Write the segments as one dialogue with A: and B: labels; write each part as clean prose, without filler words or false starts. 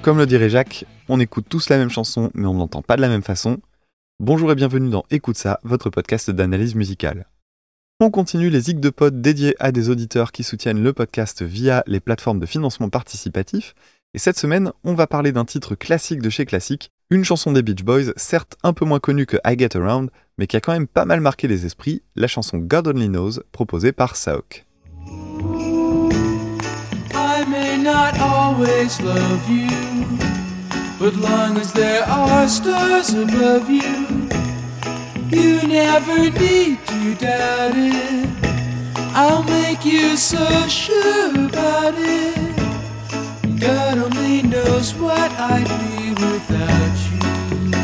A: Comme le dirait Jacques, on écoute tous la même chanson, mais on ne l'entend pas de la même façon. Bonjour et bienvenue dans Écoute ça, votre podcast d'analyse musicale. On continue les Zigs de Pod dédiés à des auditeurs qui soutiennent le podcast via les plateformes de financement participatif. Et cette semaine, on va parler d'un titre classique de chez Classique, une chanson des Beach Boys, certes un peu moins connue que I Get Around, mais qui a quand même pas mal marqué les esprits, la chanson God Only Knows, proposée par Saok.
B: I may not always love you, but long as there are stars above you, you never need to doubt it. I'll make you so sure about it. God only knows what I'd be without you.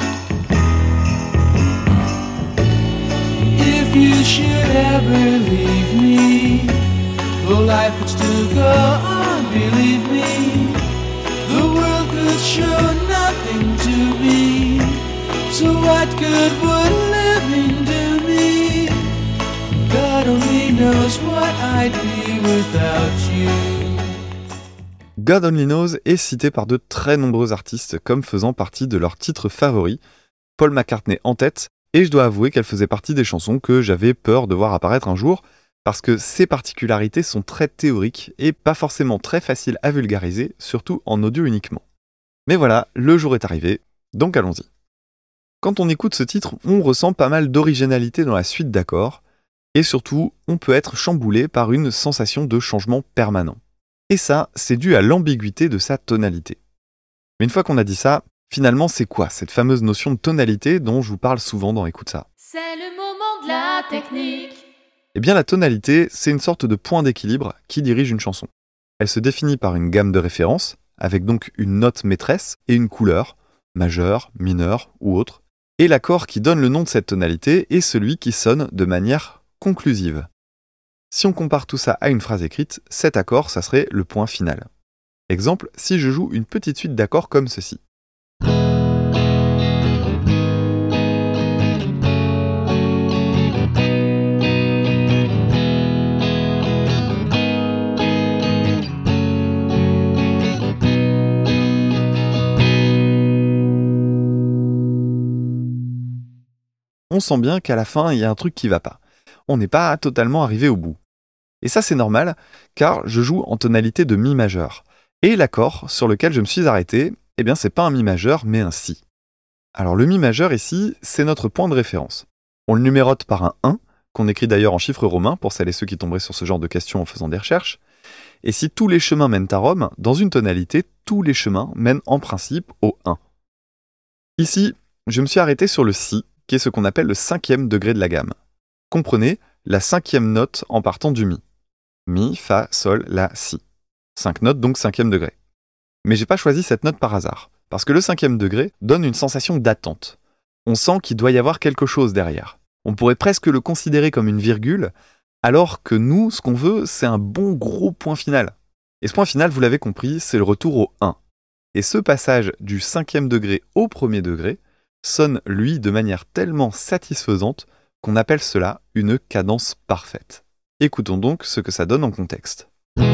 B: If you should ever leave me, well, life would still go on, believe me. The world could show nothing to me, so what good would living do me? God only knows what I'd be without you.
A: God Only Knows est cité par de très nombreux artistes comme faisant partie de leur titre favori, Paul McCartney en tête, et je dois avouer qu'elle faisait partie des chansons que j'avais peur de voir apparaître un jour, parce que ses particularités sont très théoriques et pas forcément très faciles à vulgariser, surtout en audio uniquement. Mais voilà, le jour est arrivé, donc allons-y. Quand on écoute ce titre, on ressent pas mal d'originalité dans la suite d'accords, et surtout, on peut être chamboulé par une sensation de changement permanent. Et ça, c'est dû à l'ambiguïté de sa tonalité. Mais une fois qu'on a dit ça, finalement, c'est quoi cette fameuse notion de tonalité dont je vous parle souvent dans Écoute ça ?
C: C'est le moment de la technique.
A: Eh bien, la tonalité, c'est une sorte de point d'équilibre qui dirige une chanson. Elle se définit par une gamme de références, avec donc une note maîtresse et une couleur, majeure, mineure ou autre, et l'accord qui donne le nom de cette tonalité est celui qui sonne de manière conclusive. Si on compare tout ça à une phrase écrite, cet accord, ça serait le point final. Exemple, si je joue une petite suite d'accords comme ceci. On sent bien qu'à la fin, il y a un truc qui va pas. On n'est pas totalement arrivé au bout. Et ça c'est normal, car je joue en tonalité de mi majeur. Et l'accord sur lequel je me suis arrêté, eh bien c'est pas un mi majeur, mais un si. Alors le mi majeur ici, c'est notre point de référence. On le numérote par un 1, qu'on écrit d'ailleurs en chiffres romains, pour celles et ceux qui tomberaient sur ce genre de questions en faisant des recherches. Et si tous les chemins mènent à Rome, dans une tonalité, tous les chemins mènent en principe au 1. Ici, je me suis arrêté sur le si, qui est ce qu'on appelle le 5e degré de la gamme. Comprenez la 5e note en partant du mi. Mi, fa, sol, la, si. 5 notes, donc 5e degré. Mais j'ai pas choisi cette note par hasard, parce que le 5e degré donne une sensation d'attente. On sent qu'il doit y avoir quelque chose derrière. On pourrait presque le considérer comme une virgule, alors que nous, ce qu'on veut, c'est un bon gros point final. Et ce point final, vous l'avez compris, c'est le retour au 1. Et ce passage du 5e degré au 1er degré sonne, lui, de manière tellement satisfaisante qu'on appelle cela une cadence parfaite. Écoutons donc ce que ça donne en contexte.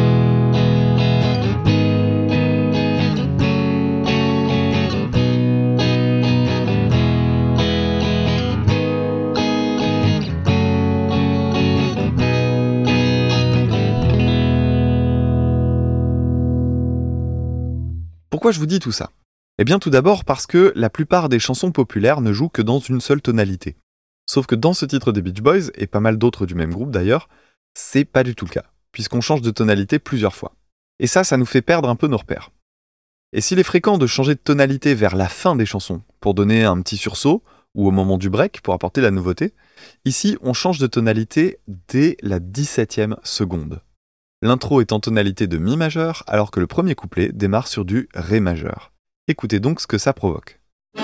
A: Pourquoi je vous dis tout ça ? Eh bien tout d'abord parce que la plupart des chansons populaires ne jouent que dans une seule tonalité. Sauf que dans ce titre des Beach Boys, et pas mal d'autres du même groupe d'ailleurs, c'est pas du tout le cas, puisqu'on change de tonalité plusieurs fois. Et ça nous fait perdre un peu nos repères. Et s'il est fréquent de changer de tonalité vers la fin des chansons, pour donner un petit sursaut, ou au moment du break, pour apporter la nouveauté, ici on change de tonalité dès la 17e seconde. L'intro est en tonalité de mi majeur, alors que le premier couplet démarre sur du ré majeur. Écoutez donc ce que ça provoque.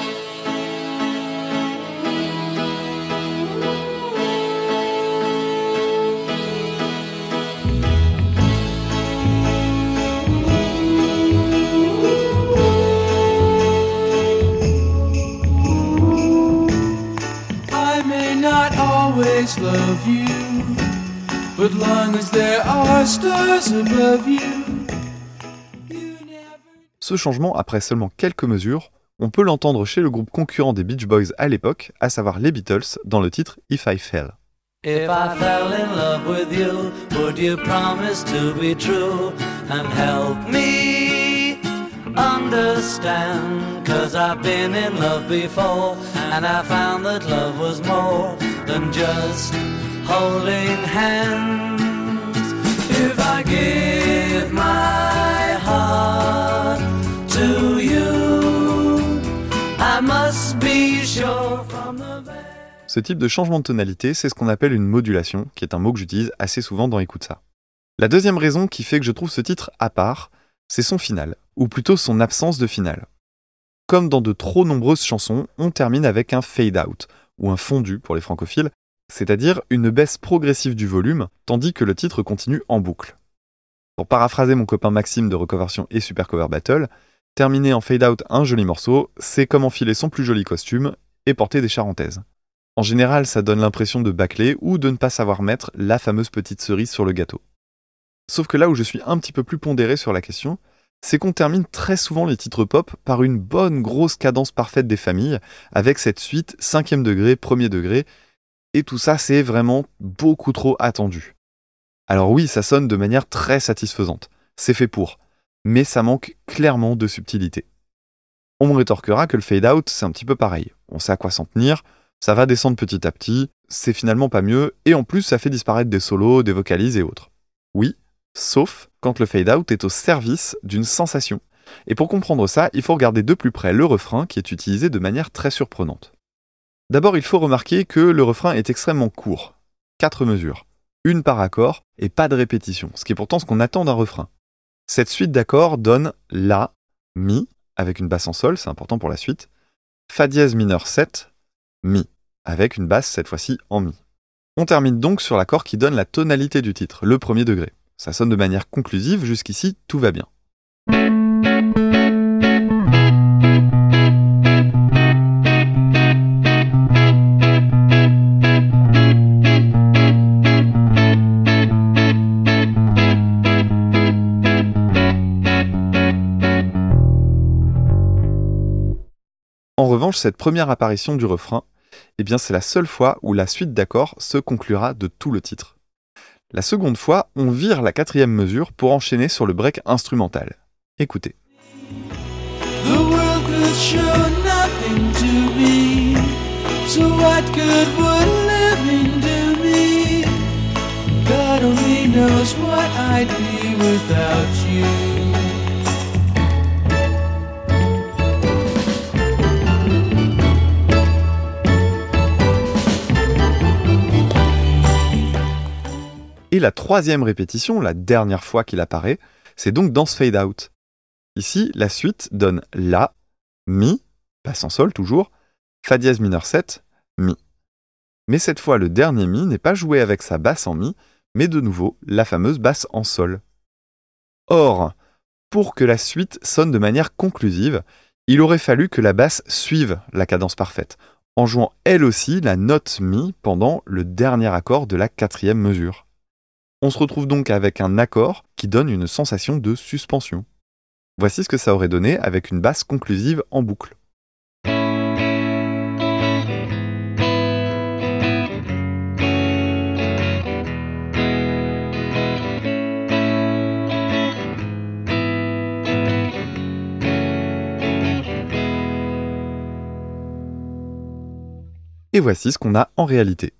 B: always love you, but long as there are stars above you,
A: ce changement, après seulement quelques mesures, on peut l'entendre chez le groupe concurrent des Beach Boys à l'époque, à savoir les Beatles, dans le titre If I Fell.
D: If I fell in love with you, would you promise to be true and help me understand? 'Cause I've been in love before and I found that love was more than just holding hands. If I give my heart to you, I must be sure from the very...
A: Ce type de changement de tonalité, c'est ce qu'on appelle une modulation, qui est un mot que j'utilise assez souvent dans Écoute ça. La deuxième raison qui fait que je trouve ce titre à part, c'est son final, ou plutôt son absence de finale. Comme dans de trop nombreuses chansons, on termine avec un fade-out, ou un fondu pour les francophiles, c'est-à-dire une baisse progressive du volume, tandis que le titre continue en boucle. Pour paraphraser mon copain Maxime de Recoversion et Super Cover Battle, terminer en fade-out un joli morceau, c'est comme enfiler son plus joli costume et porter des charentaises. En général, ça donne l'impression de bâcler ou de ne pas savoir mettre la fameuse petite cerise sur le gâteau. Sauf que là où je suis un petit peu plus pondéré sur la question, c'est qu'on termine très souvent les titres pop par une bonne grosse cadence parfaite des familles, avec cette suite 5e degré, 1er degré, et tout ça c'est vraiment beaucoup trop attendu. Alors oui, ça sonne de manière très satisfaisante, c'est fait pour, mais ça manque clairement de subtilité. On me rétorquera que le fade-out c'est un petit peu pareil, on sait à quoi s'en tenir, ça va descendre petit à petit, c'est finalement pas mieux, et en plus ça fait disparaître des solos, des vocalises et autres. Oui, sauf quand le fade-out est au service d'une sensation. Et pour comprendre ça, il faut regarder de plus près le refrain qui est utilisé de manière très surprenante. D'abord, il faut remarquer que le refrain est extrêmement court. 4 mesures, une par accord et pas de répétition, ce qui est pourtant ce qu'on attend d'un refrain. Cette suite d'accords donne La, Mi, avec une basse en sol, c'est important pour la suite, Fa dièse mineur 7, Mi, avec une basse cette fois-ci en Mi. On termine donc sur l'accord qui donne la tonalité du titre, le 1er degré. Ça sonne de manière conclusive, jusqu'ici tout va bien. En revanche, cette première apparition du refrain, eh bien c'est la seule fois où la suite d'accords se conclura de tout le titre. La seconde fois, on vire la 4e mesure pour enchaîner sur le break instrumental. Écoutez.
B: The world could show nothing to me, so what good would living do me? God only knows what I'd be without you.
A: Et la 3e répétition, la dernière fois qu'il apparaît, c'est donc dans ce fade-out. Ici, la suite donne La, Mi, basse en sol toujours, Fa dièse mineur 7, Mi. Mais cette fois, le dernier Mi n'est pas joué avec sa basse en Mi, mais de nouveau la fameuse basse en sol. Or, pour que la suite sonne de manière conclusive, il aurait fallu que la basse suive la cadence parfaite, en jouant elle aussi la note Mi pendant le dernier accord de la 4e mesure. On se retrouve donc avec un accord qui donne une sensation de suspension. Voici ce que ça aurait donné avec une basse conclusive en boucle. Et voici ce qu'on a en réalité.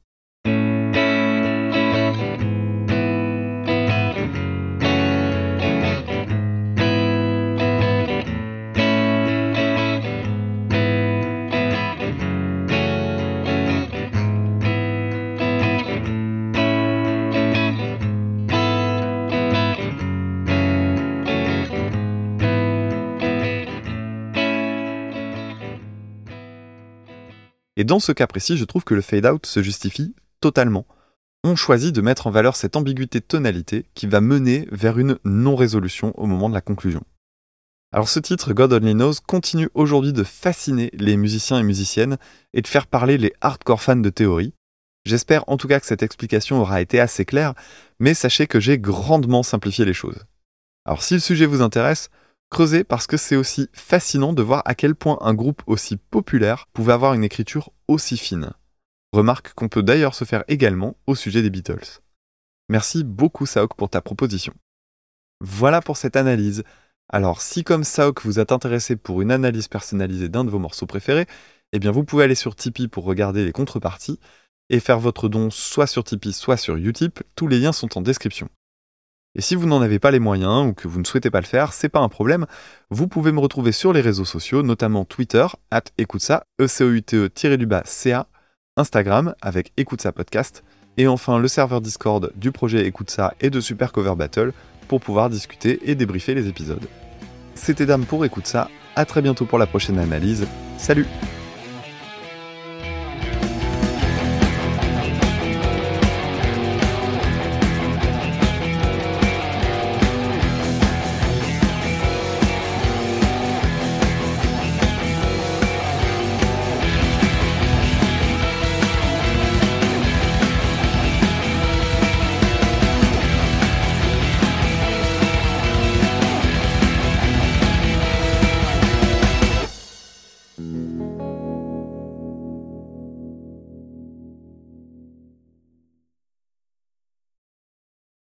A: Et dans ce cas précis, je trouve que le fade-out se justifie totalement. On choisit de mettre en valeur cette ambiguïté de tonalité qui va mener vers une non-résolution au moment de la conclusion. Alors ce titre, God Only Knows, continue aujourd'hui de fasciner les musiciens et musiciennes et de faire parler les hardcore fans de théorie. J'espère en tout cas que cette explication aura été assez claire, mais sachez que j'ai grandement simplifié les choses. Alors si le sujet vous intéresse, Creusez parce que c'est aussi fascinant de voir à quel point un groupe aussi populaire pouvait avoir une écriture aussi fine. Remarque qu'on peut d'ailleurs se faire également au sujet des Beatles. Merci beaucoup Saok pour ta proposition. Voilà pour cette analyse. Alors si comme Saok vous êtes intéressé pour une analyse personnalisée d'un de vos morceaux préférés, eh bien vous pouvez aller sur Tipeee pour regarder les contreparties et faire votre don soit sur Tipeee soit sur Utip, tous les liens sont en description. Et si vous n'en avez pas les moyens ou que vous ne souhaitez pas le faire, c'est pas un problème, vous pouvez me retrouver sur les réseaux sociaux, notamment Twitter, @écoutesa, ECOUTE_CA, Instagram avec Écoute ça podcast, et enfin le serveur Discord du projet Écoute ça et de Super Cover Battle pour pouvoir discuter et débriefer les épisodes. C'était Dame pour Écoute ça, à très bientôt pour la prochaine analyse, salut!